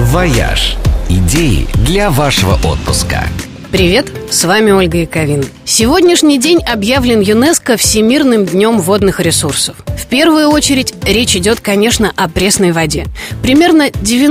«Вояж». Идеи для вашего отпуска. Привет, с вами Ольга Яковина. Сегодняшний день объявлен ЮНЕСКО Всемирным днем водных ресурсов. В первую очередь речь идет, конечно, о пресной воде. Примерно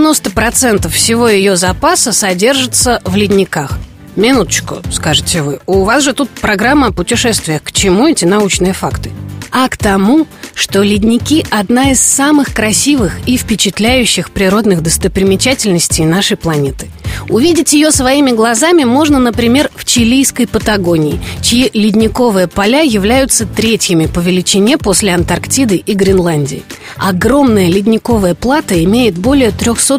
90% всего ее запаса содержится в ледниках. Минуточку, скажете вы, у вас же тут программа о путешествиях. К чему эти научные факты? А к тому, что ледники – одна из самых красивых и впечатляющих природных достопримечательностей нашей планеты. Увидеть ее своими глазами можно, например, в чилийской Патагонии, чьи ледниковые поля являются третьими по величине после Антарктиды и Гренландии. Огромная ледниковая плата имеет более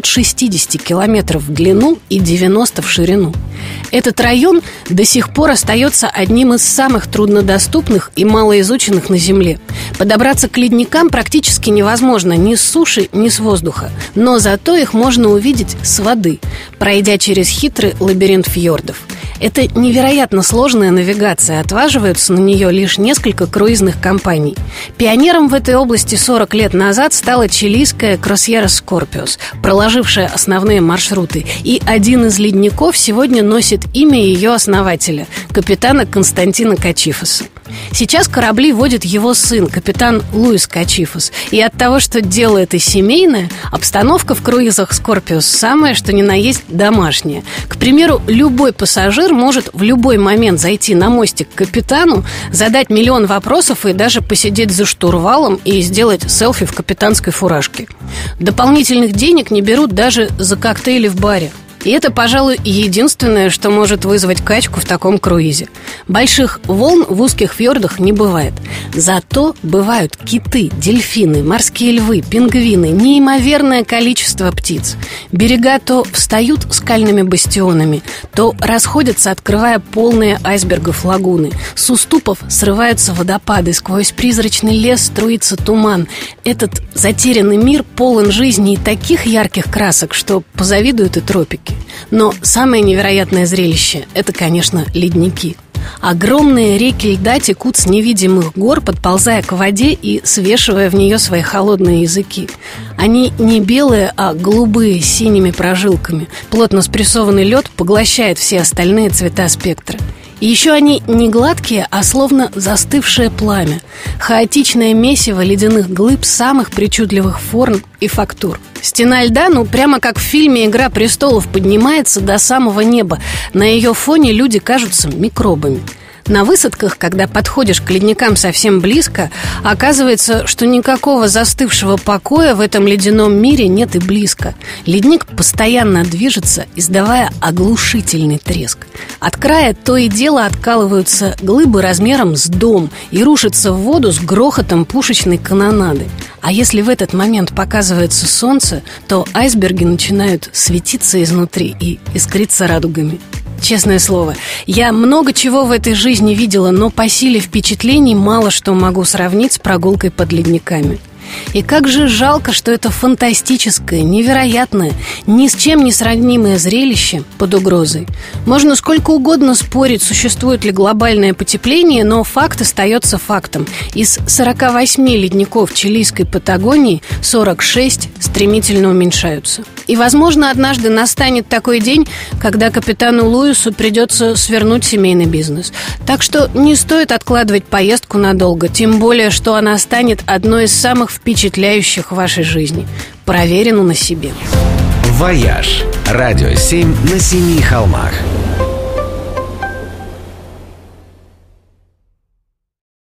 360 километров в длину и 90 в ширину. Этот район до сих пор остается одним из самых труднодоступных и малоизученных на Земле. Подобраться к ледникам практически невозможно ни с суши, ни с воздуха. Но зато их можно увидеть с воды, пройдя через хитрый лабиринт фьордов. Это невероятно сложная навигация, отваживаются на нее лишь несколько круизных компаний. Пионером в этой области 40 лет назад стала чилийская Кросьерас Скорпиос, проложившая основные маршруты. И один из ледников сегодня носит имя ее основателя, капитана Константина Качифоса. Сейчас корабли водит его сын, капитан Луис Качифос. И от того, что дело это семейное, обстановка в круизах Скорпиос самая, что ни на есть, домашняя. К примеру, любой пассажир может в любой момент зайти на мостик к капитану, задать миллион вопросов и даже посидеть за штурвалом и сделать селфи в капитанской фуражке. Дополнительных денег не берут даже за коктейли в баре. И это, пожалуй, единственное, что может вызвать качку в таком круизе. Больших волн в узких фьордах не бывает. Зато бывают киты, дельфины, морские львы, пингвины, неимоверное количество птиц. Берега то встают скальными бастионами, то расходятся, открывая полные айсбергов лагуны. С уступов срываются водопады, сквозь призрачный лес струится туман. Этот затерянный мир полон жизни и таких ярких красок, что позавидуют и тропики. Но самое невероятное зрелище – это, конечно, ледники. Огромные реки льда текут с невидимых гор, подползая к воде и свешивая в нее свои холодные языки. Они не белые, а голубые с синими прожилками. Плотно спрессованный лед поглощает все остальные цвета спектра. И еще они не гладкие, а словно застывшее пламя. Хаотичное месиво ледяных глыб самых причудливых форм и фактур. Стена льда, прямо как в фильме «Игра престолов», поднимается до самого неба. На ее фоне люди кажутся микробами. На высадках, когда подходишь к ледникам совсем близко, оказывается, что никакого застывшего покоя в этом ледяном мире нет и близко. Ледник постоянно движется, издавая оглушительный треск. От края то и дело откалываются глыбы размером с дом и рушатся в воду с грохотом пушечной канонады. А если в этот момент показывается солнце, то айсберги начинают светиться изнутри и искриться радугами. Честное слово, я много чего в этой жизни видела, но по силе впечатлений мало что могу сравнить с прогулкой под ледниками. И как же жалко, что это фантастическое, невероятное, ни с чем не сравнимое зрелище под угрозой. Можно сколько угодно спорить, существует ли глобальное потепление, но факт остается фактом. Из 48 ледников чилийской Патагонии 46 стремительно уменьшаются. И, возможно, однажды настанет такой день, когда капитану Луису придется свернуть семейный бизнес. Так что не стоит откладывать поездку надолго, тем более, что она станет одной из самых впечатляющих в вашей жизни. Проверено на себе. «Вояж». Радио 7 на 7 холмах.